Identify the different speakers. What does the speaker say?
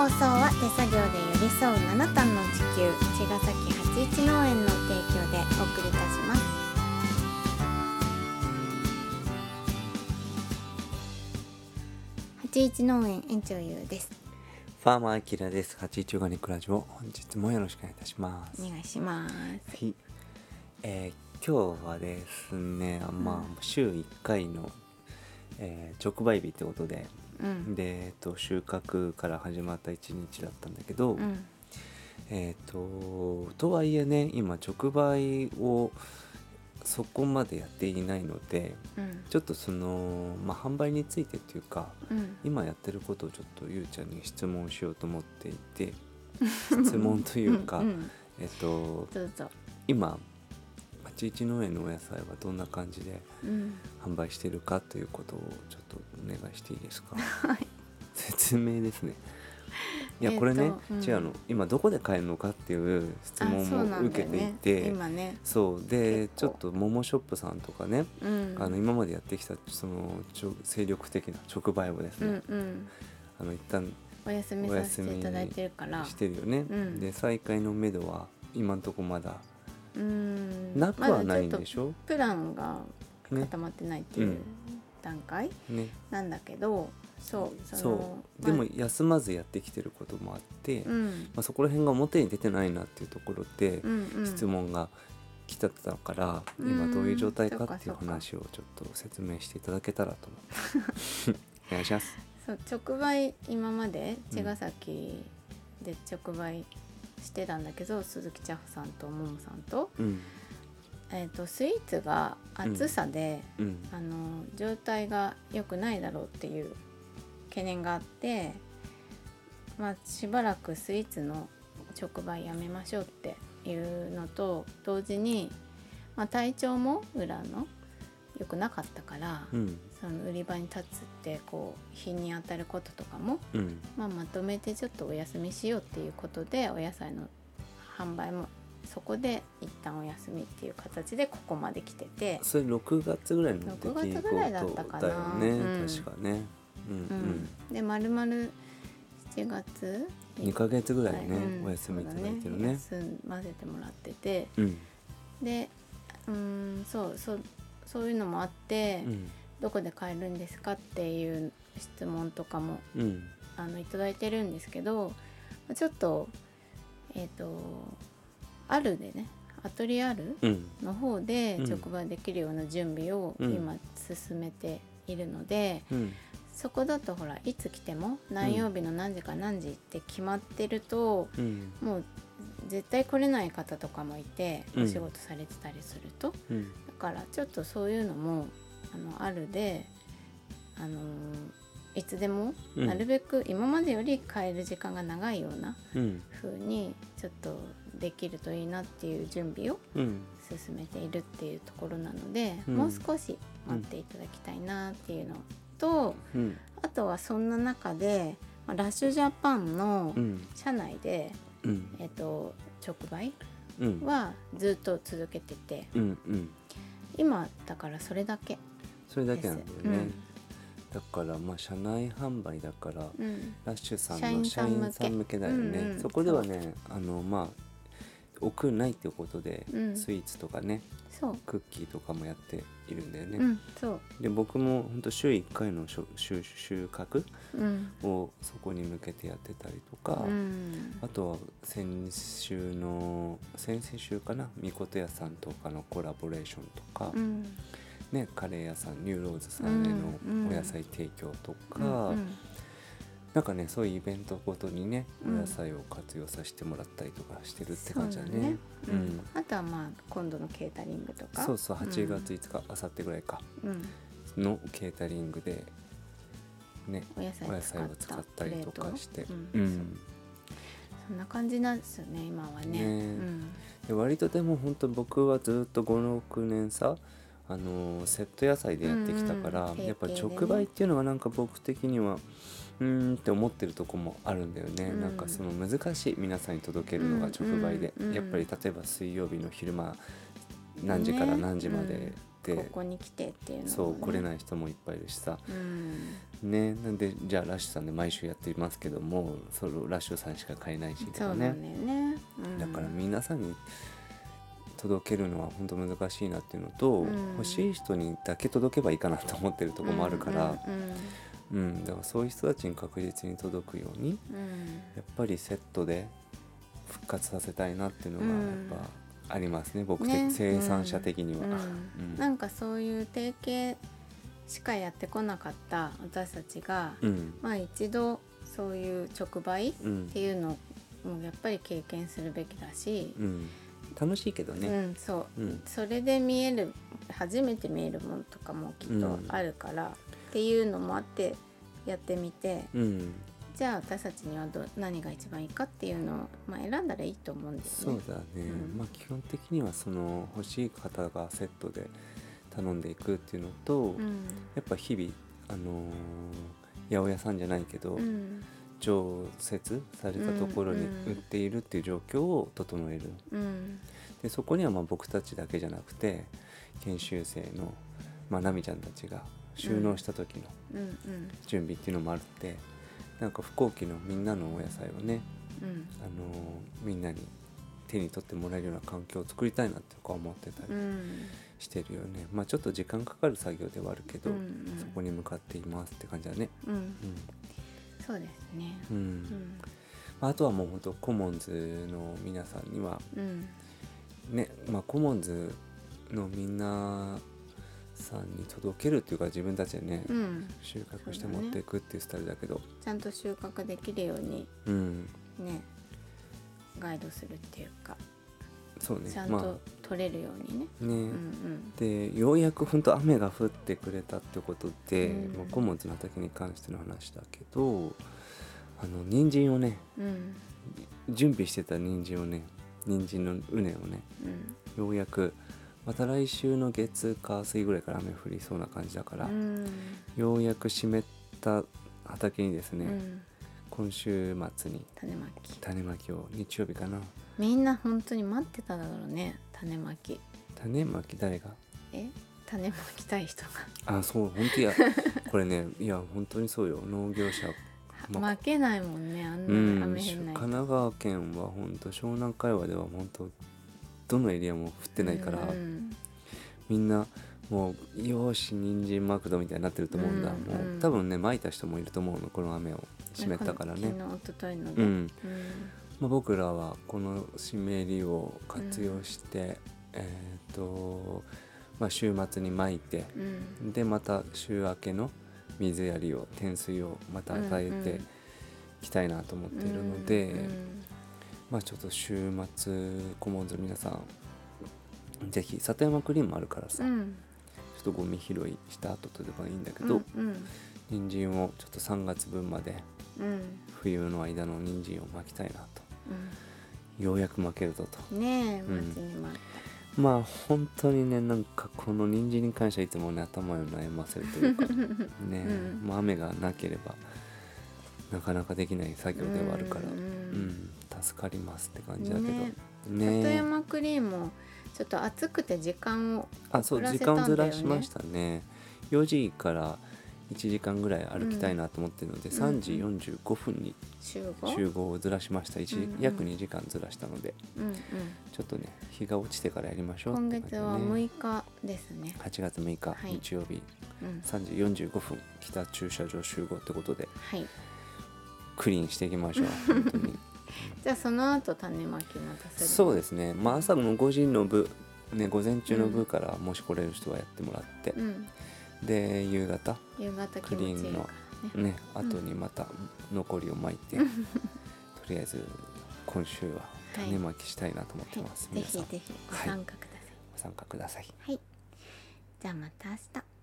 Speaker 1: 放送は手作業で寄り添う7単の地球、茅ヶ崎八一農園の提供でお送りいたします。八一農園園長ゆうです。
Speaker 2: ファーマーアキラです。八一オーガニックラジオ、本日もよろしくお願いいたします。
Speaker 1: お願いします。
Speaker 2: はい、今日はですね、週1回の、直売日ってことで、で、収穫から始まった1日だったんだけど、とはいえね、今直売をそこまでやっていないので、ちょっとその、販売についてっていうか、今やってることをちょっとゆうちゃんに質問しようと思っていて質問というか
Speaker 1: どうぞ。
Speaker 2: 今八一農園のお野菜はどんな感じで販売してるかということをちょっとお願いしていいですか？説明ですね。いやこれね、違うの、今どこで買えるのかっていう質問も受けていて、そうでちょっとモモショップさんとかね、今までやってきたその精力的な直売をですね、一旦
Speaker 1: お休みさせていただいてるから
Speaker 2: してるよね、で再開のめどは今んとこまだなくはないんでしょ、
Speaker 1: プランが固まってないっていう段階、なんだけど、そう
Speaker 2: でも休まずやってきてることもあって、そこら辺が表に出てないなっていうところで、質問が来たから今どういう状態かっていう話をちょっと説明していただけたらと思ってお願いします。
Speaker 1: そう直売、今まで茅ヶ崎で直売してたんだけど、鈴木茶穂さんとももさんと、スイーツが暑さで、状態が良くないだろうっていう懸念があって、しばらくスイーツの直売やめましょうっていうのと同時に、体調も裏の良くなかったから、その売り場に立つってこう日に当たることとかも、まとめてちょっとお休みしようっていうことで、お野菜の販売もそこで一旦お休みっていう形でここまで来てて、
Speaker 2: それ6月ぐらいの
Speaker 1: 6月ぐらいだったかな、
Speaker 2: だよね、確かね、
Speaker 1: で丸々7月
Speaker 2: 2ヶ月ぐらいね、お休みいただいてるね、
Speaker 1: 休ませてもらってて、でそういうのもあって、どこで買えるんですかっていう質問とかも、いただいてるんですけど、ちょっとあるでね、アトリエあるの方で直売できるような準備を今進めているので、そこだとほらいつ来ても何曜日の何時か何時って決まってると、もう絶対来れない方とかもいて、お仕事されてたりすると、だからちょっとそういうのもあるで、いつでもなるべく今までより買える時間が長いような風にちょっとできるといいなっていう準備を進めているっていうところなので、もう少し待っていただきたいなっていうのと、あとはそんな中でラッシュジャパンの社内で、直売はずっと続けてて、今だからそれだけ
Speaker 2: なんだよね、だから社内販売だから、ラッシュさんの社員さん向けだよね、そこではね屋内っていうことで、スイーツとかね、クッキーとかもやっているんだよね、で僕も本当週1回の収穫をそこに向けてやってたりとか、あとは先々週かな、みこと屋さんとかのコラボレーションとか、カレー屋さんニューローズさんへのお野菜提供とか、なんかね、そういうイベントごとにね、お野菜を活用させてもらったりとかしてるって感じだね。
Speaker 1: あとは今度のケータリングとか、
Speaker 2: 8月5日、あさってぐらいかのケータリングでね、お野菜を使ったりとかして、
Speaker 1: そんな感じなんですよね今はね。
Speaker 2: で割とでも本当僕はずっと5、6年さ、セット野菜でやってきたから、やっぱ直売っていうのはなんか僕的にはって思ってるとこもあるんだよね、なんかその難しい、皆さんに届けるのが直売で、やっぱり例えば水曜日の昼間何時から何時までて
Speaker 1: ここに来てっていうのも、ね、
Speaker 2: そう来れない人もいっぱいいるしさ、
Speaker 1: ね、
Speaker 2: なんでじゃあラッシュさんで毎週やっていますけどもそのラッシュさんしか買えないしとかね、
Speaker 1: そうなんだよね、
Speaker 2: だから皆さんに届けるのは本当難しいなっていうのと、欲しい人にだけ届けばいいかなと思ってるところもあるから、だからそういう人たちに確実に届くように、やっぱりセットで復活させたいなっていうのがやっぱありますね、僕
Speaker 1: ね、
Speaker 2: 生産者的には、
Speaker 1: なんかそういう提携しかやってこなかった私たちが、まあ一度そういう直売っていうのもやっぱり経験するべきだし、
Speaker 2: 楽しいけどね、
Speaker 1: それで見える初めて見えるものとかもきっとあるから、っていうのもあってやってみて、じゃあ私たちには何が一番いいかっていうのを、選んだらいいと思うんですよね。
Speaker 2: そうだね、基本的にはその欲しい方がセットで頼んでいくっていうのと、やっぱ日々八百屋さんじゃないけど、常設されたところに売っているっていう状況を整える、でそこには僕たちだけじゃなくて研修生のナミちゃんたちが収納した時の準備っていうのもあって、なんか不幸期のみんなのお野菜をね、みんなに手に取ってもらえるような環境を作りたいなって思ってたりしてるよね、ちょっと時間かかる作業ではあるけど、そこに向かっていますって感じだね。
Speaker 1: そうですね、
Speaker 2: あとはもう本当コモンズの皆さんには、ね、コモンズのみんなさんに届けるっていうか自分たちでね、収穫して持っていくっていうスタイルだけど、
Speaker 1: ちゃんと収穫できるように、ねガイドするっていうか、
Speaker 2: そうね、
Speaker 1: ちゃんと取れるようにね。
Speaker 2: でようやく本当雨が降ってくれたってことで、コモンズの畑に関しての話だけど、人参をね、準備してた人参の畝をね、ようやくまた来週の月火水ぐらいから雨降りそうな感じだから、ようやく湿った畑にですね、今週末に種まきを日曜日かな。
Speaker 1: みんな本当に待ってただろうね、種まき
Speaker 2: 誰が
Speaker 1: 種まきたい人
Speaker 2: がそう本当やこれね、いや本当にそうよ、農業者
Speaker 1: 負けないもんね、あんな雨降んないと。
Speaker 2: 神奈川県は本当湘南海岸では本当どのエリアも降ってないから、みんなもうよーし人参マクドみたいになってると思うんだ、もう多分ねまいた人もいると思うの、この雨を湿ったからね。
Speaker 1: 昨日一昨日ので、
Speaker 2: 僕らはこの湿りを活用して、週末にまいて、でまた週明けの水やりを天水をまた与えていきたいなと思っているので、ちょっと週末コモンズの皆さんぜひ里山クリームあるからさ、ちょっとゴミ拾いした後とでもいいんだけど、人参をちょっと3月分まで、冬の間の人参を巻きたいなと、ようやく巻けるぞと
Speaker 1: ねえ、待ちに待った。
Speaker 2: 本当にね、なんかこの人参に関してはいつもね頭を悩ませるというかね、雨がなければなかなかできない作業ではあるから、助かりますって感じだけどね。
Speaker 1: 里山クリームもちょっと暑くて時間を
Speaker 2: そう時間をずらしましたね。4時から1時間ぐらい歩きたいなと思ってるので、3時45分に集合をずらしました。約2時間ずらしたので、ちょっとね日が落ちてからやりましょうって感じで、ね、
Speaker 1: 今月は6日ですね。
Speaker 2: 8月6日、日曜日、3時45分北駐車場集合ってことで、クリーンしていきましょう本当に
Speaker 1: じゃあその後種まきまたする。
Speaker 2: そうですね、朝の5時の部、午前中の部からもし来れる人はやってもらって、で夕方クリーンの後にまた残りを巻いて、とりあえず今週は種まきしたいなと思ってます。
Speaker 1: ぜひぜひご参加ください。
Speaker 2: ご参加ください。
Speaker 1: はい。じゃあまた明日。